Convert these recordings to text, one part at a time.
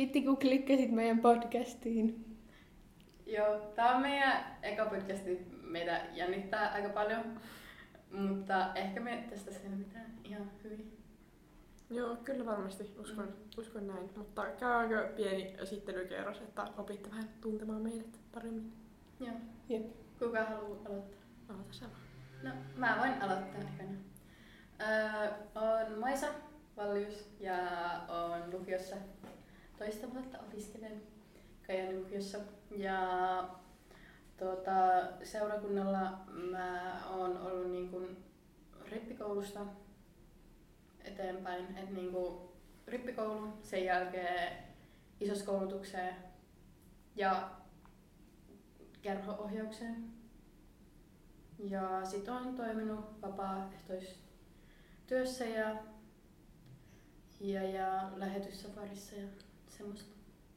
Kiitti, kun klikkasit meidän podcastiin. Joo, tää on meidän eka podcasti. Meitä jännittää aika paljon, mutta ehkä me tästä selvitään ihan hyvin. Joo, kyllä varmasti. Uskon näin. Mutta käydäänkö pieni esittelykierros, että opitte vähän tuntemaan meidät paremmin? Joo. Jep. Kuka haluaa aloittaa? Aloita sä. No, mä voin aloittaa ekana. Oon Maisa Vallius ja oon lukiossa toista vuotta opiskelen Kajaanin lukiossa. Ja seurakunnalla mä oon ollut niin kuin rippikoulusta eteenpäin. Et niin kuin rippikoulu, sen jälkeen isoskoulutukseen ja kerho-ohjaukseen. Ja sit oon toiminut vapaaehtoistyössä ja lähetyssafarissa ja semmoista.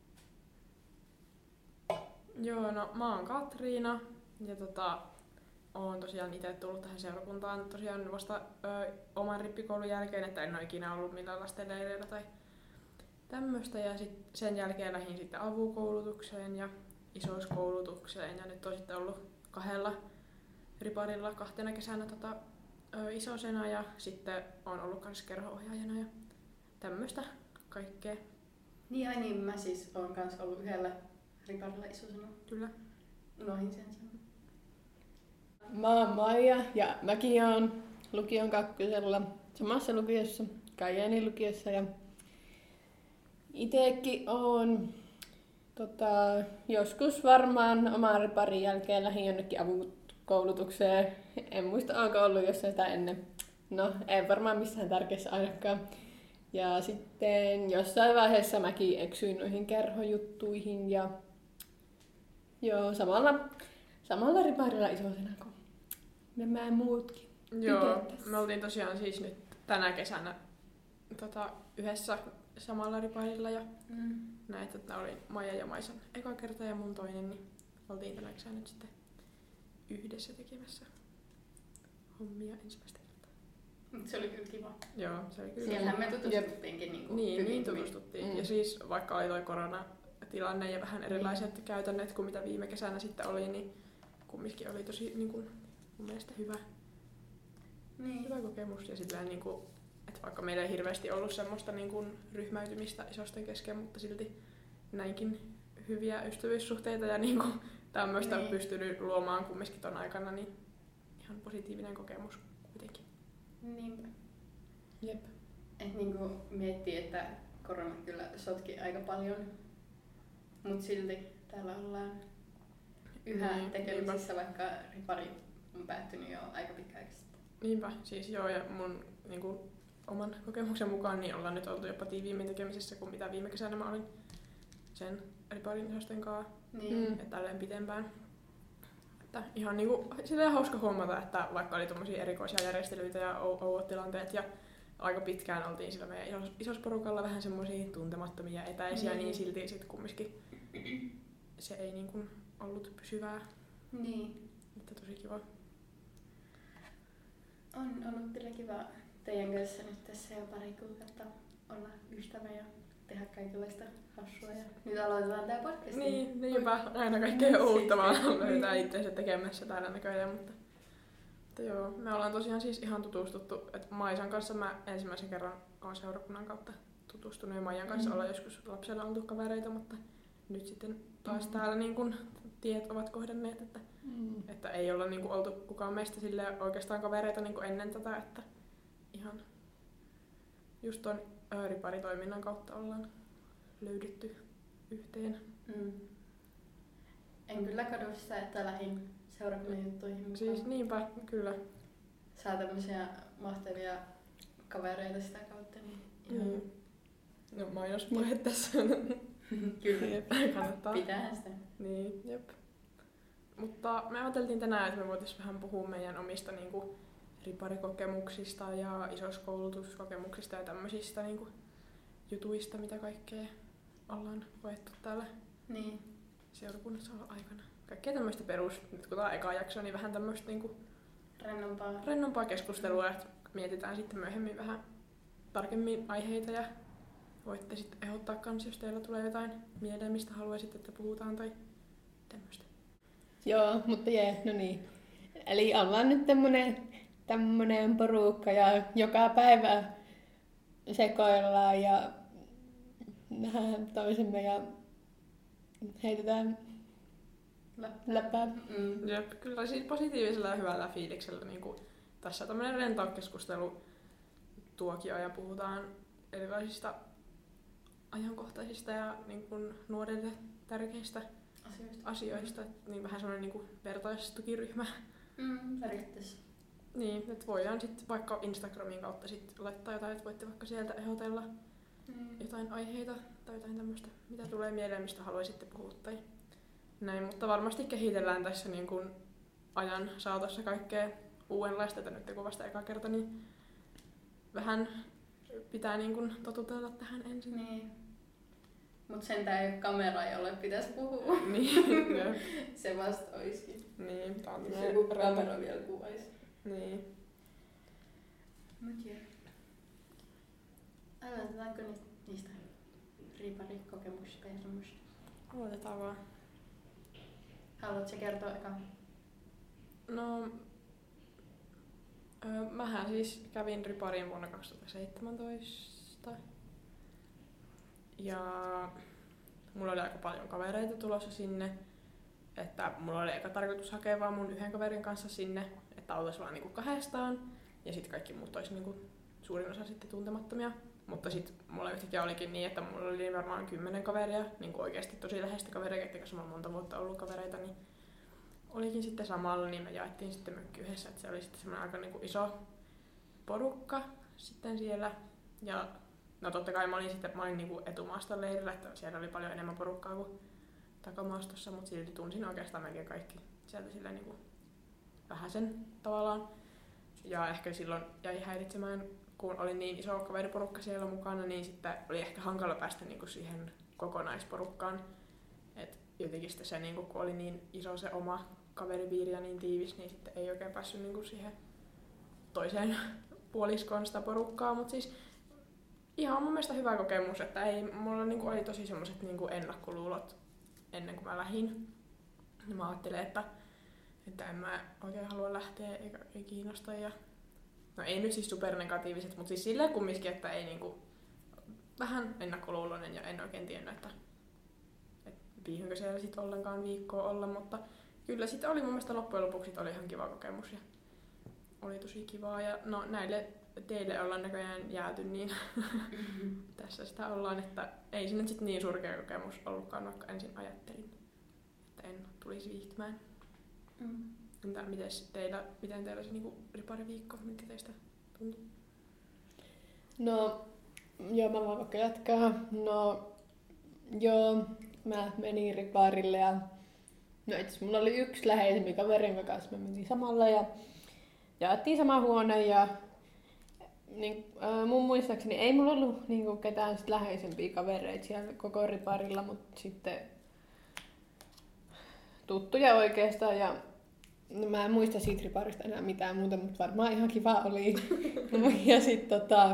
Joo, no mä oon Katriina ja oon tosiaan itse tullut tähän seurakuntaan tosiaan vasta oman rippikoulun jälkeen, että en ole ikinä ollut millään lastenleireillä tai tämmöistä. Ja sen jälkeen lähdin sitten avukoulutukseen ja isoskoulutukseen ja nyt oon sitten ollut 2 riparilla 2 kesänä isosena ja sitten oon ollut kans kerho-ohjaajana ja tämmöistä kaikkea. Niin, mä siis oon kans ollut 1 riparilla isosena. Kyllä. Unohin sen sanoa. Mä oon Maija ja mäkin oon lukion 2. samassa lukiossa, Kajaanin lukiossa. Ja itekin oon joskus varmaan oman riparin jälkeen lähdin jonnekin avukoulutukseen. En muista, onko ollut jossain sitä ennen. No, en varmaan missään tärkeässä ainakaan. Ja sitten jossain vaiheessa mäkin eksyin noihin kerhojuttuihin ja joo, samalla riparilla isosena kuin nämä muutkin. Joo, me oltiin tosiaan siis nyt tänä kesänä yhdessä samalla riparilla ja näin, että oli Maija ja Maisan eka kerta ja mun toinen, niin oltiin tänä kesänä nyt sitten yhdessä tekemässä hommia ensimmäistä kertaa. Mut se oli kyllä kiva. Joo, se oli kyllä. Siellähän me tutustuttiinkin Niin tutustuttiin. Ja siis vaikka oli toi koronatilanne ja vähän erilaiset käytännöt kuin mitä viime kesänä sitten oli, niin kumminkin oli tosi niin kuin, mun mielestä hyvä kokemus. Ja sitten niin kuin, että vaikka meillä ei hirveästi ollut semmoista niin kuin ryhmäytymistä isosten kesken, mutta silti näinkin hyviä ystävyyssuhteita ja niin kuin tämmöistä on pystynyt luomaan kumminkin ton aikana, niin ihan positiivinen kokemus kuitenkin. Niinpä. Jep. Et niinku miettii, että korona kyllä sotki aika paljon, mut silti täällä ollaan yhä tekemisissä, vaikka ripari on päättynyt jo aika pitkään sitten. Niinpä, siis joo, ja mun niinku, oman kokemuksen mukaan niin ollaan nyt oltu jopa tiiviimmin tekemisissä kuin mitä viime kesänä mä olin sen riparin isosten kanssa, että tälleen pitempään. Että ihan niinku, silleen hauska huomata, että vaikka oli tommosia erikoisia järjestelyitä ja ouot tilanteet ja aika pitkään oltiin sillä meidän isosporukalla vähän semmosia tuntemattomia etäisiä, niin silti sit kumminkin se ei niinku ollut pysyvää. Niin. Että tosi kiva. On ollut kyllä kiva teidän kanssa nyt tässä jo pari kuukautta olla ystävä ja tehdä kaikenlaista hassua. Ja nyt aloitetaan tää podcast. Niinpä. Aina kaikkea uutta vaan löytää itseensä tekemässä täällä näköjään. Mutta joo, me ollaan tosiaan siis ihan tutustuttu. Että Maisan kanssa mä ensimmäisen kerran olen seurakunnan kautta tutustunut ja Maijan kanssa ollaan joskus lapsella oltu kavereita, mutta nyt sitten taas täällä niin kun tiet ovat kohdanneet, että ei olla niin kun oltu kukaan meistä silleen oikeastaan kavereita niin kun ennen tätä, että ihan just ton riparitoiminnan kautta ollaan löydetty yhteen. En kyllä kadu sitä, että lähdin seurakunnan juttuihin mukaan. Siis niinpä, kyllä. Saa tämmösiä mahtavia kavereita sitä kautta, niin ihan... No mainospuhe tässä. Kyllä. Kannattaa. Pitäähän sitä. Niin, jep. Mutta me ajateltiin tänään, että me voitais vähän puhua meidän omista niinku riparikokemuksista ja isoskoulutuskokemuksista ja tämmöisistä niinku jutuista, mitä kaikkea ollaan koettu täällä seurakunnassa aikana. Kaikkea tämmöistä nyt kun tää on eka jakso, niin vähän tämmöistä niinku rennompaa keskustelua, että mietitään sitten myöhemmin vähän tarkemmin aiheita ja voitte sitten ehdottaa kans, jos teillä tulee jotain mieleen, mistä haluaisit, että puhutaan tai tämmöistä. Joo, mutta no niin. Eli ollaan nyt tämmönen porukka ja joka päivä sekoillaan ja nähdään toisemme ja heitetään läppää. Jep, kyllä siis positiivisella ja hyvällä fiiliksellä niin kuin tässä tämmöinen rento keskustelu tuokio ja puhutaan erilaisista ajankohtaisista ja niin kuin nuorille tärkeistä asioista. Niin vähän semmoinen niin kuin vertaistukiryhmä. Periaatteessa. Niin, että voidaan sitten vaikka Instagramin kautta sit laittaa jotain, että voitte vaikka sieltä ehdotella jotain aiheita tai jotain tämmöistä, mitä tulee mieleen, mistä haluaisitte puhua tai näin. Mutta varmasti kehitellään tässä niin kuin ajan saatossa kaikkea uudenlaista, että nyt kun vasta eka kerta, niin vähän pitää niin kuin totutella tähän ensin. Niin. Mut sentään ei ole kamera, jolle pitäisi puhua. Niin, jep. Se vasta oiskin. Niin, tää on Jos joku kamera vielä kuvaisi. Niin. Mut joo. Aloitetaanko nyt niistä riiparikokemuksista ja semmoista? Aloitetaan vaan. Haluatko kertoa eka? No, mähän siis kävin riparin vuonna 2017. Ja mulla oli aika paljon kavereita tulossa sinne. Että mulla oli eka tarkoitus hakea vaan mun yhden kaverin kanssa sinne, että oltais vaan niinku kahdestaan. Ja sitten kaikki muut ois niinku suurin osa sitten tuntemattomia. Mutta sitten mulla yhtäkkiä olikin niin, että mulla oli varmaan 10 kaveria, niinku oikeesti tosi läheistä kaveria, ketkä kanssa mä monta vuotta ollut kavereita, niin olikin sitten samalla, niin me jaettiin sitten mökki yhdessä, että se oli sitten semmoinen aika niinku iso porukka sitten siellä. Ja no totta kai mä olin niinku etumaaston leirillä, että siellä oli paljon enemmän porukkaa kuin takamaastossa, mutta silti tunsin oikeastaan melkein kaikki sieltä silleen niinku vähäsen tavallaan. Ja ehkä silloin jäi häiritsemään, kun oli niin iso kaveriporukka siellä mukana, niin sitten oli ehkä hankala päästä niinku siihen kokonaisporukkaan. Et jotenkin sitten se, niinku, kun oli niin iso se oma kaveripiiri ja niin tiivis, niin sitten ei oikein päässyt niinku siihen toiseen puoliskoon sitä porukkaa. Mutta siis ihan mun mielestä hyvä kokemus, että mulla niinku oli tosi semmoiset niinku ennakkoluulot ennen kuin mä lähdin. Ja mä ajattelin, että en mä oikein halua lähteä eikä ei kiinnosta. Ja no ei nyt siis supernegatiiviset, mutta siis silleen kumminkin, että ei niinku vähän ennakkoluuloinen ja en oikein tiennyt, että viihynkö siellä sit ollenkaan viikkoa olla, mutta kyllä sitten oli mun mielestä loppujen lopuksi oli ihan kiva kokemus ja oli tosi kivaa. Ja no näille teille ollaan näköjään jääty, niin tässä sitä ollaan, että ei sinne sitten niin surkea kokemus ollutkaan, vaikka ensin ajattelin, että en tulisi viihtymään. Entä miten teillä se niinku ripariviikko, miltä teistä tuntui? No, joo, mä voin vaikka jatkaa. No, joo, mä menin riparille ja no itse mulla oli yksi läheisempi kaveri, jonka kanssa mä menin samalla ja jaettiin sama huone ja niin, mun muistaakseni ei mulla ollut niin ketään sit läheisempiä kavereita siellä koko riparilla, mutta sitten tuttuja oikeastaan ja no, mä en muista siitä riparista enää mitään muuta, mutta varmaan ihan kiva oli. Ja sit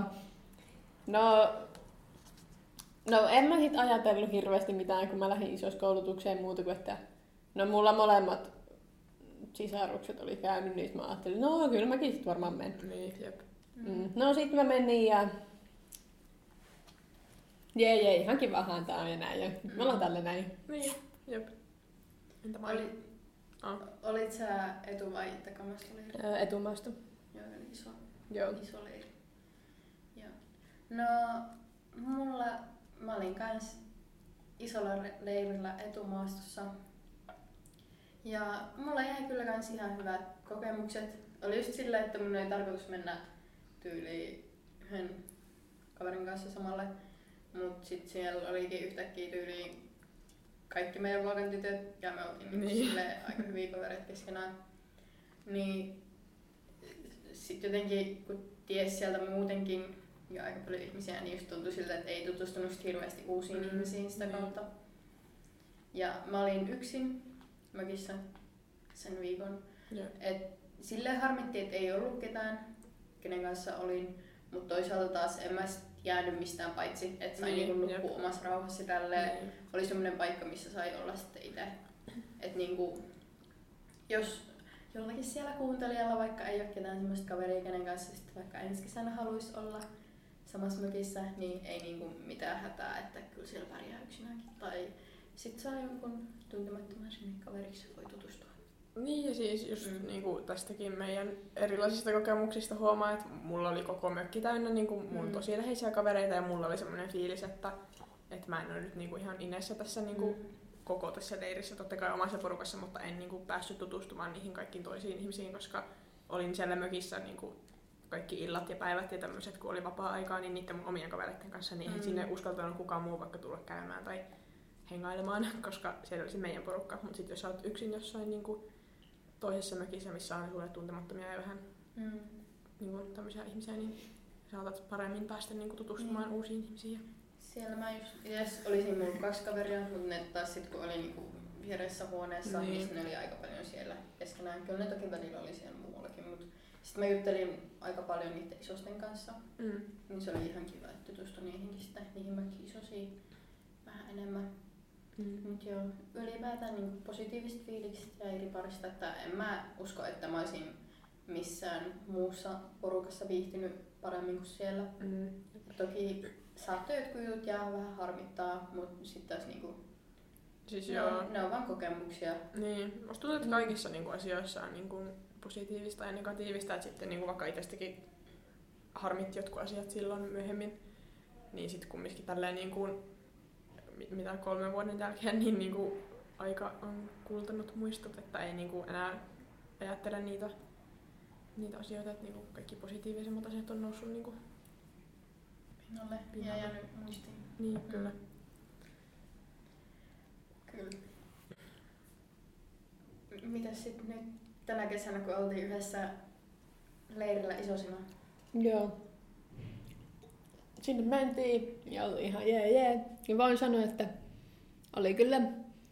no en mä sit ajatellut hirveästi mitään, kun mä lähdin isoskoulutukseen muuta kuin, että no mulla molemmat sisarukset oli käynyt, niin mä ajattelin, no kyllä mäkin sit varmaan menen. Niin, jep. No sit mä menin ja jee, ihan kivahan tää on ja näin ja me ollaan tällä näin. Niin, jep. Entä Olit sä etu- vai takamaasta leiri? Etumaasta. Joo, eli iso. Joo. Iso leiri. Joo. No, mä olin kans isolla leirillä etumaastossa. Ja mulla jäi kyllä kans ihan hyvät kokemukset. Oli just silleen, että mun ei tarkoitus mennä tyyliin yhden kaverin kanssa samalle. Mut sit siellä olikin yhtäkkiä tyyliin kaikki meidän luokan tytöt ja me oltiin niin. Aika hyviä kavereita keskenään. Niin sit jotenkin kun ties sieltä muutenkin ja aika paljon ihmisiä, niin just tuntui siltä, että ei tutustunut hirveästi uusiin ihmisiin sitä kautta. Ja mä olin yksin mökissä sen viikon. Et silleen harmitti, että ei ollut ketään, kenen kanssa olin. Mutta toisaalta taas en mä jäänyt mistään paitsi, että sai Niin, niinku nukkua omassa rauhassa tälleen. Niin. Oli semmoinen paikka, missä sai olla sitten itse. Että niinku, jos jollakin siellä kuuntelijalla vaikka ei ole ketään semmoista kaveria, kenen kanssa sitten vaikka ensi kesänä haluaisi olla samassa mökissä, niin ei niinku mitään hätää, että kyllä siellä pärjää yksinäänkin. Tai sitten saa jonkun tuntemattoman sinne kaveriksi, voi tutustua. Niin ja siis just niinku tästäkin meidän erilaisista kokemuksista huomaa, että mulla oli koko mökki täynnä niinku mun tosi läheisiä kavereita ja mulla oli semmoinen fiilis, että mä en ole nyt niinku ihan inessä tässä niinku koko tässä leirissä, totta kai omassa porukassa, mutta en niinku päässyt tutustumaan niihin kaikkiin toisiin ihmisiin, koska olin siellä mökissä niinku kaikki illat ja päivät ja tämmöiset, kun oli vapaa-aikaa, niin niiden mun omien kavereiden kanssa, niin eihän sinne uskaltanut kukaan muu vaikka tulla käymään tai hengailemaan, koska siellä oli se meidän porukka. Mutta sitten jos sä oot yksin jossain niinku toisessa mökissä, missä on sulle tuntemattomia ja vähän niinku tämmöisiä ihmisiä, niin saatat paremmin päästä niinku tutustumaan uusiin ihmisiin. Siellä mä just olisin mulla 2 kaveria, mutta ne taas sit kun oli niinku vieressä huoneessa, niin ne oli aika paljon siellä keskenään. Kyllä ne toki välillä oli siellä muuallakin, mutta sitten mä juttelin aika paljon niiden isosten kanssa. Niin se oli ihan kiva, että tutustui niihinkin sitten, niihin mökki-isosiin vähän enemmän. Mut joo, ylipäätään niin positiiviset fiilikset jäi riparista, että en mä usko, että mä olisin missään muussa porukassa viihtynyt paremmin kuin siellä. Toki saattoi jotkut jutut jää vähän harmittaa, mutta sitten taas niinku, siis ne on vaan kokemuksia. Niin, musta tuntuu, että kaikissa niinku asioissa on niinku positiivista ja negatiivista, että sitten niinku vaikka itsestäkin harmitti jotkut asiat silloin myöhemmin, niin sitten kumminkin tälleen niinku, mitä 3 vuoden jälkeen, niin niinku aika on kultanut muistot, että ei niinku enää ajattele niitä asioita, että niinku kaikki positiivisemmat asiat on noussut niinku pinnalle ja jäänyt muistiin. Niin, kyllä. Kyllä. Mitäs sitten nyt tänä kesänä, kun oltiin yhdessä leirillä isosina? Joo. Sinne mentiin ja oli ihan jee. Ja voin sanoa, että oli kyllä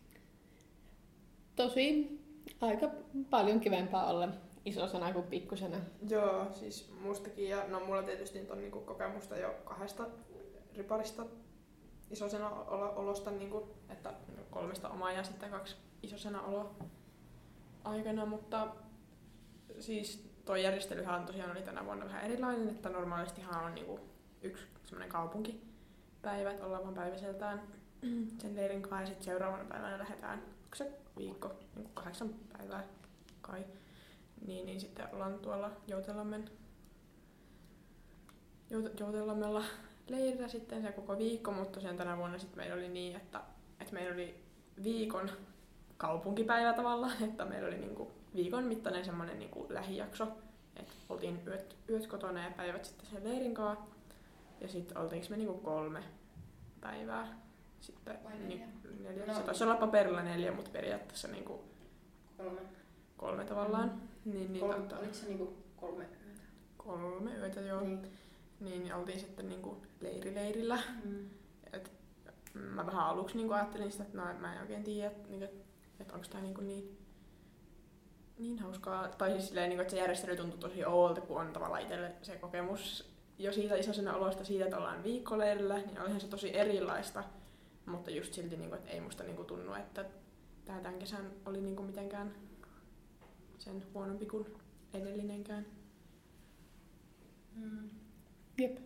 tosi aika paljon kivempaa olla isosana kuin pikkusena. Joo, siis mustakin ja no mulla tietysti on niinku kokemusta jo 2 riparista isosena olosta, niinku, että 3 omaa ja sitten 2 isosena olo aikana, mutta siis tuo järjestelyhän tosiaan oli tänä vuonna vähän erilainen, että normaalistihan on niinku 1 semmoinen kaupunkipäivä, että ollaan vaan päiväseltään sen leirin kanssa ja sitten seuraavana päivänä lähdetään, onko se viikko, niinku 8 päivää kai, niin sitten ollaan tuolla Joutelammella leirillä sitten se koko viikko, mutta sen tänä vuonna sitten meillä oli niin, että meillä oli viikon kaupunkipäivä tavallaan, että meillä oli niinku viikon mittainen semmoinen niinku lähijakso, että oltiin yöt kotona ja päivät sitten sen leirin kanssa. Ja sitten oltiinko me niinku 3 päivää sitten. Vai 4? 4. Se taisi olla paperilla 4, mutta periaatteessa niinku 3 tavallaan. Oliko se niinku 3 yötä? 3 yötä, joo. Niin oltiin sitten niinku leirillä. Et mä vähän aluksi niinku ajattelin sitä, että mä en oikein tiedä, että onko tää niinku niin hauskaa. Tai siis silleen, että se järjestely tuntui tosi oudolta, kun on tavallaan itselle se kokemus jo siitä isosena olosta siitä, että ollaan viikkoleirillä, niin olihan se tosi erilaista. Mutta just silti, että ei musta tunnu, että tämän kesän oli mitenkään sen huonompi kuin edellinenkään. Jep.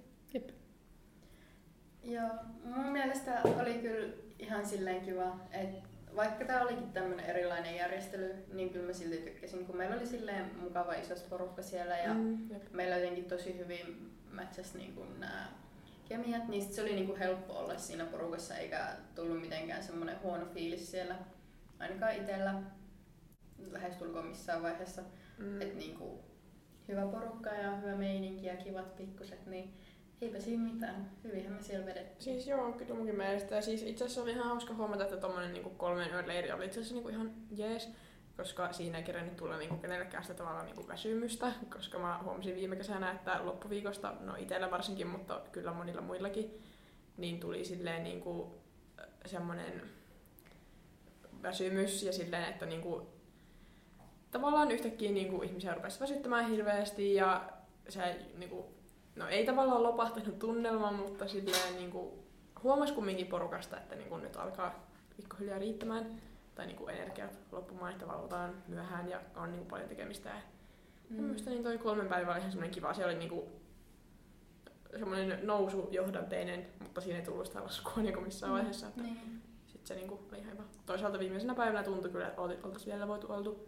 Joo, mun mielestä oli kyllä ihan silleen kiva, että vaikka tää olikin tämmönen erilainen järjestely, niin kyllä mä silti tykkäsin, kun meillä oli silleen mukava iso porukka siellä ja meillä jotenkin tosi hyvin matchasi niinku nää kemiat, niin sit se oli niinku helppo olla siinä porukassa eikä tullut mitenkään semmonen huono fiilis siellä, ainakaan itellä lähestulkoon missään vaiheessa, että niinku hyvä porukka ja hyvä meininki ja kivat pikkuset, niin eipä siinä mitään. Hyvinhän me siellä vedettiin. Siis joo, kyllä munkin mielestä. Ja siis itse asiassa oli ihan hauska huomata, että tommonen niinku 3 yön leiri oli itse asiassa niinku ihan jees, koska siinä ei kerennyt tulla niinku kenellekään sitä tavallaan niinku väsymystä, koska mä huomasin viime kesänä, että loppuviikosta, no itellä varsinkin, mutta kyllä monilla muillakin, niin tuli silleen niinku semmonen väsymys ja silleen, että niinku tavallaan yhtäkkiä niinku ihmisiä rupesi väsyttämään hirveästi ja se niinku no ei tavallaan lopahtanut tunnelma, mutta silleen niinku huomasi kumminkin porukasta, että niinku nyt alkaa pikkuhiljaa riittämään tai niinku energiat loppumaan, että valvotaan myöhään ja on niinku paljon tekemistä ja tämmöistä, niin toi 3 päivää oli ihan semmoinen kiva. Siellä oli niinku semmoinen nousujohdanteinen, mutta siinä ei tullut sitä laskua niinku missään vaiheessa. Että sit se niinku oli ihan hyvä. Toisaalta viimeisenä päivänä tuntui kyllä, että oltais vielä voitu oltu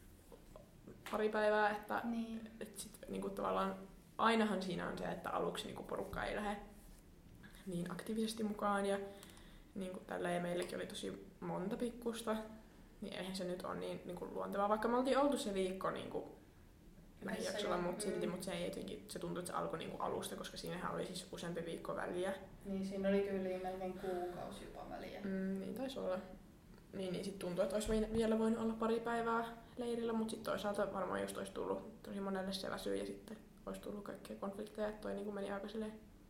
pari päivää, että et sit niinku tavallaan ainahan siinä on se, että aluksi niinku porukka ei lähde niin aktiivisesti mukaan ja niinku tälleen meillekin oli tosi monta pikkusta, niin eihän se nyt ole niinku luontevaa, vaikka me oltiin oltu se viikko niinku lähijaksolla, mutta silti se ei jotenkin, se tuntui, että se alkoi niinku alusta, koska siinähän oli siis useampi viikko väliä. Niin, siinä oli tyyliin melkein kuukausi jopa väliä. Niin taisi olla. Niin sit tuntui, että olisi vielä voinut olla pari päivää leirillä, mutta sitten toisaalta varmaan just olisi tullut tosi monelle se väsy ja sitten olisi tullut kaikkia konflikteja, että toi niinku meni aika silleen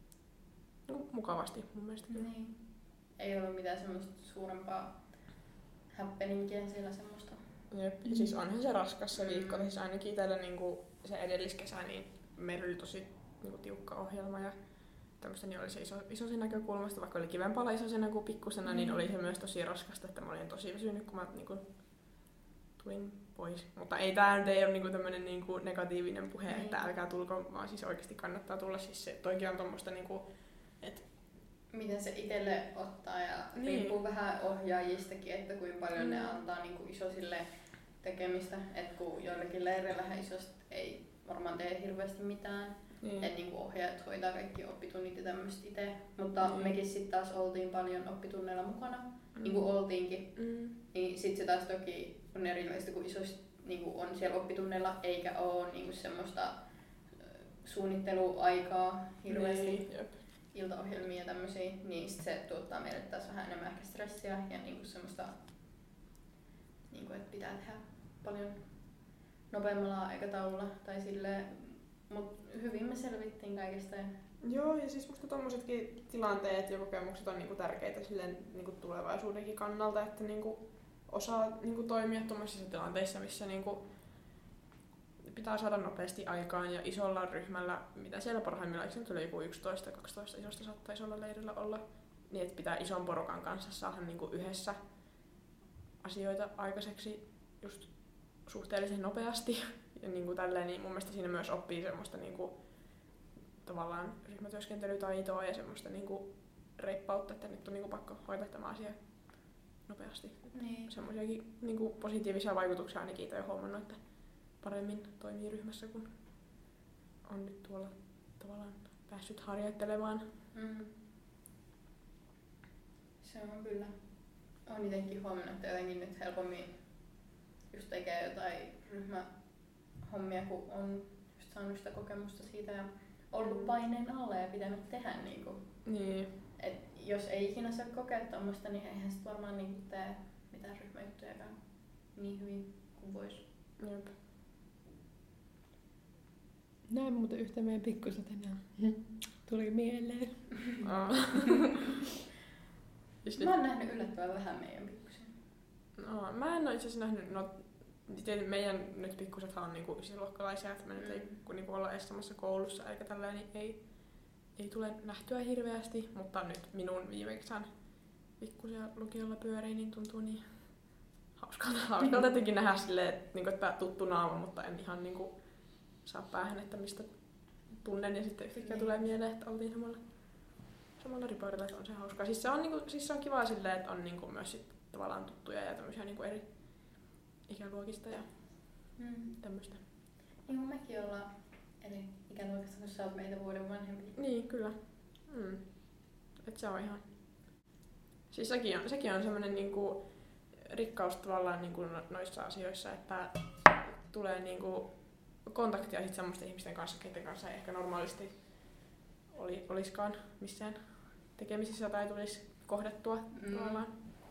mukavasti mun mielestä. Niin. Ei ollut mitään semmoista suurempaa happeningia siellä semmoista. Jep. Ja siis onhan se raskas se viikko, siis ainakin itsellä niinku se edelliskesä, niin meillä oli tosi niinku tiukka ohjelma ja tämmöistä, niin oli se isosin näkökulmasta, vaikka oli kivempaa olla isosena kuin pikkusena, niin oli se myös tosi raskasta, että mä olin tosi väsynyt, kun mä niinku tulin pois. Mutta ei tää nyt ei ole niinku tämmönen niinku negatiivinen puhe, että älkää tulko, vaan siis oikeesti kannattaa tulla. Siis se toikin on tommoista niinku, että miten se itselle ottaa ja riippuu vähän ohjaajistakin, että kuinka paljon ne antaa niinku isosille tekemistä, että kun joillakin leireillähän isosti ei varmaan tee hirveästi mitään, että niinku ohjaajat hoitaa kaikki oppitunnit ja tämmöistä itse, mutta mekin sitten taas oltiin paljon oppitunneilla mukana, niin kuin oltiinkin, niin sitten se taas toki on erilaista, kun isosti niinku on siellä oppitunneilla eikä ole niinku semmoista suunnitteluaikaa hirveästi. Iltaohjelmia ja tämmösiä, niin sit se tuottaa meille taas vähän enemmän ehkä stressiä ja niinku semmoista, niinku, että pitää tehdä paljon nopeammalla aikataululla tai silleen, mut hyvin me selvittiin kaikesta. Joo, ja siis musta tommosetkin tilanteet ja kokemukset on niinku tärkeitä silleen niinku tulevaisuudenkin kannalta, että niinku osaa niinku toimia tommosissa tilanteissa, missä niinku pitää saada nopeasti aikaan ja isolla ryhmällä, mitä siellä parhaimmillaan, eikö nyt oli joku 11-12 isosta saattaa isolla leirillä olla, niin että pitää ison porukan kanssa saada niinku yhdessä asioita aikaiseksi just suhteellisen nopeasti. Ja niinku tälleen, niin mun mielestä siinä myös oppii semmoista niinku tavallaan ryhmätyöskentelytaitoa ja semmoista niinku reippautta, että nyt on niinku pakko hoitaa tämä asia nopeasti. Niin. Semmoisiakin niinku positiivisia vaikutuksia ainakin itse olen huomannut, että paremmin toimii ryhmässä, kun on nyt tuolla tavallaan päässyt harjoittelemaan. Se on kyllä. Olen itsekin huomannut, että jotenkin nyt helpommin just tekee jotain ryhmähommia, kun on just saanut sitä kokemusta siitä ja ollut paineen alla ja pitänyt tehdä niinku. Niin. Et jos ei ikinä saa kokea tommoista, niin eihän sit varmaan niinku tee mitään ryhmäjuttujakaan niin hyvin kuin vois. Jep. Näin muuten yhtä meidän pikkuset enää. Tuli mieleen. Mä oon nähnyt yllättävän vähän meidän pikkusia. No, mä en oo itse asiassa nähnyt, meidän nyt pikkusethan on niinku ysiluokkalaisia, että me nyt ei kun niinku olla edes samassa koulussa eikä tälleen, niin ei tule nähtyä hirveästi, mutta nyt minun viime kesän pikkusia lukiolla pyörii, niin tuntuu niin hauskalta jotenkin nähdä silleen, että tuttu naama, mutta en ihan niinku saa päähän, että mistä tunnen ja sitten yhtäkkiä tulee mieleen, että oltiin samalla ripaudella, että on se hauskaa. Siis se on kivaa silleen, että on niinku myös sit tavallaan tuttuja ja tämmöisiä niinku eri ikäluokista ja tämmöistä. Niin kuin mekin ollaan eri ikäluokista, kun sä oot meitä vuoden vanhempi. Niin, kyllä. Et se on ihan... Siis sekin on semmoinen niinku rikkaus tavallaan niinku noissa asioissa, että tulee niinku kontaktia sit semmoisten ihmisten kanssa, keiden kanssa ei ehkä normaalisti oliskaan missään tekemisissä tai tulisi kohdattua tavallaan.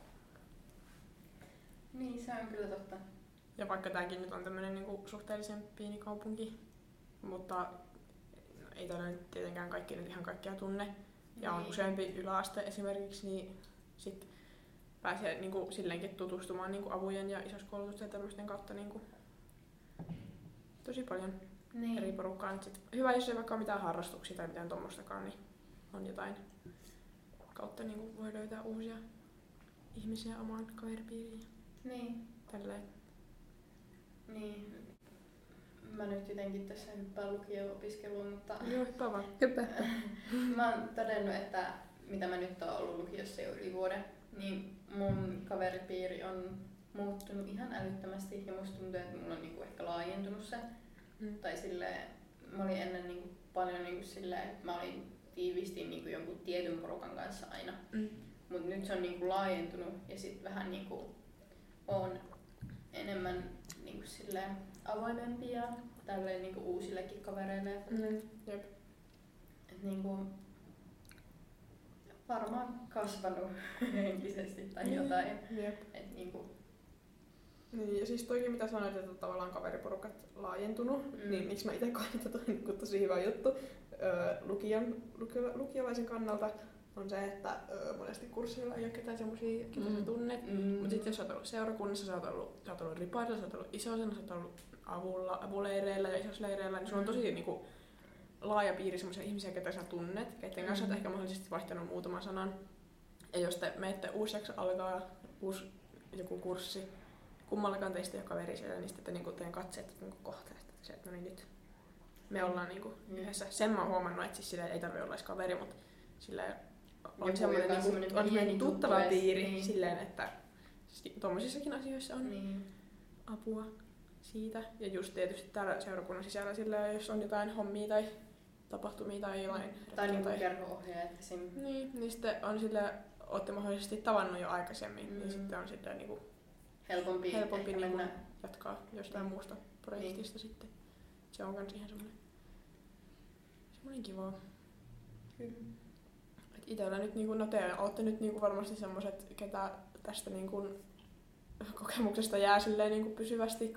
Niin, se on kyllä totta. Ja vaikka tääkin nyt on tämmönen niinku suhteellisen pieni kaupunki, mutta ei täällä nyt tietenkään kaikki nyt ihan kaikkia tunne. Ja on useampi yläaste esimerkiksi, niin sit pääsee niinku silleenkin tutustumaan niinku avujen ja isoskoulutusten ja tämmöisten kautta niinku tosi paljon Niin. eri porukkaan. Sit hyvä, jos ei vaikka ole mitään harrastuksia tai mitään tommostakaan, niin on jotain kautta niin voi löytää uusia ihmisiä omaan kaveripiiriin. Niin. Tälleen. Niin. Mä nyt jotenkin tässä hyppään lukio-opiskeluun, mutta Joo, hyppää vaan. Hyppä. mä oon todennut, että mitä mä nyt oon ollut lukiossa jo yli vuoden, niin mun kaveripiiri on muuttunut ihan älyttömästi ja musta tuntuu, että mulla on niinku ehkä laajentunut se. Tai silleen, mä olin ennen niinku paljon niinku silleen, että mä olin tiivisti niinku jonkun tietyn porukan kanssa aina. Mut nyt se on niinku laajentunut ja sit vähän niinku on enemmän niinku silleen avoimempia tälleen niinku uusillekin kavereille. Jep. Et niinku varmaan kasvanut henkisesti tai jotain. Jep. Et niinku Niin, ja siis toikin mitä sanoit, että tavallaan kaveriporukat laajentunut, niin miksi mä itse koen, että toi on niin tosi hyvä juttu lukiolaisen kannalta on se, että monesti kurssilla ei ole ketään semmosia, ketä sä tunnet. Mutta sitten jos sä oot ollut seurakunnassa, sä oot ollut riparilla, sä oot ollut isosena, sä oot ollut avuleireillä ja isosleireillä, niin sulla on tosi niinku laaja piiri semmoisia ihmisiä, ketä sä tunnet, keiden kanssa oot ehkä mahdollisesti vaihtanut muutaman sanan. Ja jos te menette uusi jakso alkaa, uusi joku kurssi, kummallakaan teistä ei ole kaveri siellä, niin sitten niinku teidän katseet niinku kohtaa, että se, että no niin nyt me ollaan niinku yhdessä. Sen mä oon huomannut, että siis sillä ei tarvitse olla edes kaveri, mutta sillä on semmoinen tuttava piiri niin. Silleen, että tommosissakin asioissa on apua siitä. Ja just tietysti täällä seurakunnan sisällä sillä, jos on jotain hommia tai tapahtumia tai jotain. Tai niinku kerho-ohjaajat esim. Niin sitten on sillä, ootte mahdollisesti tavannut jo aikaisemmin, niin sitten on sillä niinku helpompi niinku jatkaa jostain muusta projektista sitten. Se on kans ihan semmoinen kivaa. Et itellä nyt niinku, no te ootte nyt niinku varmasti semmoset, ketä tästä niinku kokemuksesta jää silleen niinku pysyvästi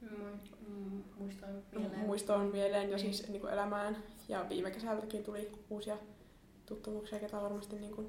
muistoon mieleen ja siis niinku elämään. Ja viime kesältäkin tuli uusia tuttavuuksia, ketä varmasti niinku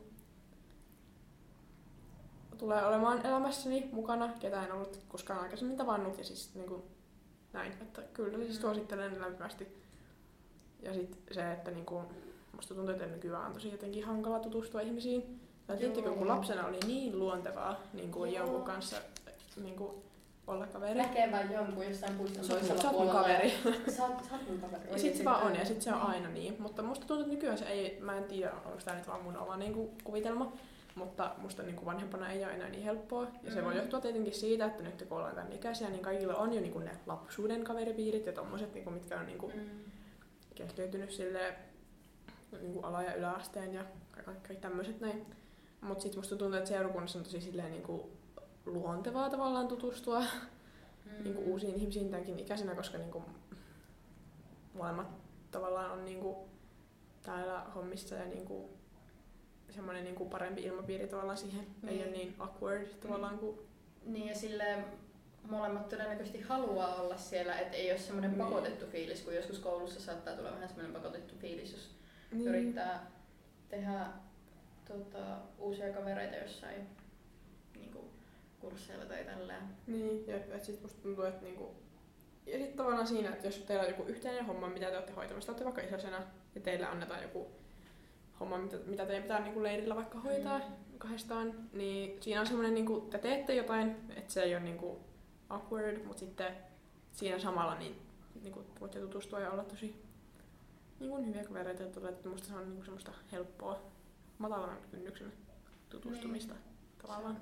tulee olemaan elämässäni mukana, ketä en ollut koskaan aikaisemmin tavannut ja siis niinku näin, että kyllä siis suosittelen lämpimästi. Ja sit se, että niinku, musta tuntuu, että nykyään on tosi jotenkin hankala tutustua ihmisiin. Tai tiettikö, kun lapsena oli niin luontevaa niinku jonkun kanssa niinku olla kaveri. Näkee vaan jonkun jossain puiston toisella puolella. Sä oot mun kaveri. Ja sit se vaan on ja sit se on aina niin. Mutta musta tuntuu, että nykyään se ei, mä en tiedä, onko tää nyt vaan mun oma niinku kuvitelma. Mutta musta niinku vanhempana ei ole enää niin helppoa. Ja se voi johtua tietenkin siitä, että nyt kun ollaan tämän ikäisiä, niin kaikilla on jo niinku ne lapsuuden kaveripiirit ja tommoset, niinku, mitkä on niinku kehkeytynyt silleen niinku ala- ja yläasteen ja kaikki tämmöiset näin. Mut sit musta tuntuu, että seurakunnassa on tosi silleen niinku luontevaa tavallaan tutustua niinku uusiin ihmisiin tämänkin ikäisenä, koska niinku molemmat tavallaan on niinku täällä hommissa ja niinku semmoinen niinku parempi ilmapiiri tavallaan siihen. Ei ole niin awkward tavallaan kuin... Niin ja silleen molemmat todennäköisesti haluaa olla siellä, että ei ole semmoinen pakotettu fiilis, kun joskus koulussa saattaa tulla vähän semmoinen pakotettu fiilis, jos yrittää tehdä uusia kavereita jossain niinku kursseilla tai tälleen. Niin, jep, et sit musta tuntuu, että niinku... Ja sit tavallaan siinä, että jos teillä on joku yhteinen homma, mitä te olette hoitamassa, te olette vaikka isosena ja teillä annetaan joku homma, mitä teidän pitää niinku leirillä vaikka hoitaa kahdestaan, niin siinä on semmoinen, niinku, te teette jotain, että se ei ole niinku awkward, mutta sitten siinä samalla niinku, voitte tutustua ja olla tosi niinku, hyviä kavereita, että musta se on niinku, semmoista helppoa, matalan kynnyksen tutustumista tavallaan.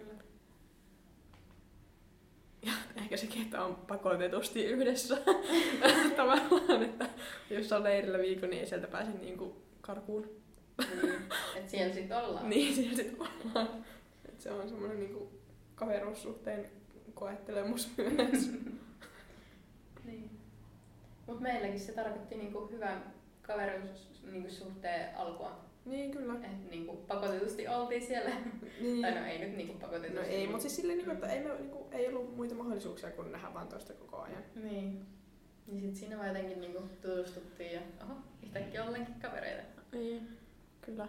Ja ehkä sekin, että on pakotetusti yhdessä tavallaan, että jos on leirillä viikon, niin ei sieltä pääse niinku karkuun. Et siellä sit ollaan. Niin, siellä sit ollaan. Et se on semmoinen niinku kaveruussuhteen koettelemus myös. Niin. Mut meilläkin se tarkoitti niinku hyvän kaveruussuhteen alkua. Niin, kyllä. Et niinku pakotetusti oltiin siellä. Niin. Tai no ei nyt niinku pakotetusti. No ei, mut siis silleen niinku, että ei ollut muita mahdollisuuksia kuin nähdä vaan toista koko ajan. Niin. Ja sit siinä vaan jotenkin niinku tutustuttiin ja yhtäkkiä ollaankin kavereita. Niin, kyllä.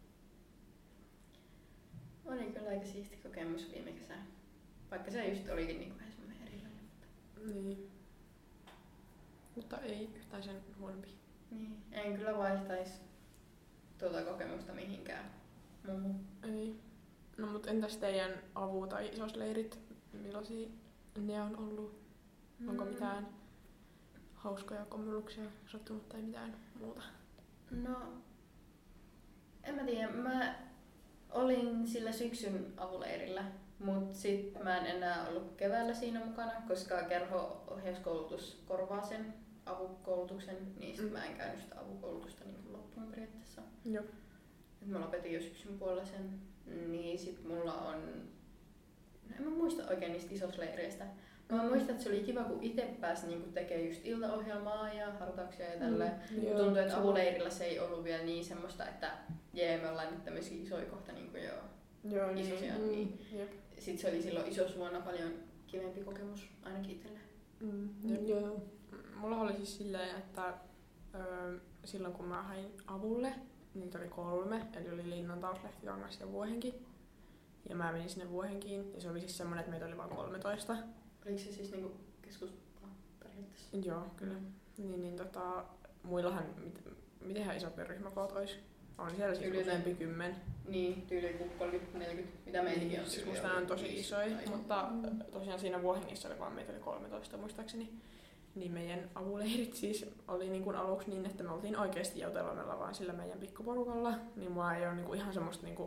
Oli kyllä aika siisti kokemus viime kesänä. Vaikka se just olikin niinku vähän semmoinen erilainen. Niin. Mutta ei yhtään sen huonompi. Niin, en kyllä vaihtaisi tuota kokemusta mihinkään muuhun. Ei. No mut entäs teidän avu- tai isosleirit? Millaisia ne on ollut? Onko mitään hauskoja kommelluksia sattunut tai mitään muuta? No, en mä tiedä. Mä olin sillä syksyn avuleirillä, mut sit mä en enää ollut keväällä siinä mukana, koska kerho-ohjauskoulutus korvaa sen avukoulutuksen, niin sit mä en käynyt sitä avukoulutusta niin loppuun periaatteessa. Joo. Et mä lopetin jo syksyn puolella sen, niin sit mulla on... En mä muista oikein niistä isosleireistä. Mä muistan, että se oli kiva, kun itse pääsi niinku tekemään just iltaohjelmaa ja hartauksia ja tälleen. Tuntui, että avuleirillä se ei ollut vielä niin semmoista, että me ollaan nyt tämmöisiä isoja kohta niinku Joo, isosia. Niin. Jep. Sitten se oli silloin isosvuonna paljon kivempi kokemus ainakin itselle. Joo. Mulla oli siis silleen, että silloin kun mä hain avulle, niitä oli 3, eli oli Linnantaus, Lehtikangas ja Vuohenki. Ja mä menin sinne Vuohenkiin, ja se oli siis semmonen, että meitä oli vain 13. Oliko se siis niinku keskustaa periaatteessa? Joo, kyllä. Muillahan, mitenhän isot ne ryhmäkoot ois? On siellä siis useampi 10. Niin, tyyli kuin 30-40, mitä meitäkin on. Siis musta on tosi isoja, mutta tosiaan siinä Vuohengissa oli vaan meitä oli 13 muistaakseni. Niin meidän avuleirit siis oli niin kuin aluksi niin, että me oltiin oikeasti Joutelomella vaan sillä meidän pikkuporukalla. Niin mulla ei ole niin kuin ihan semmoista niin kuin,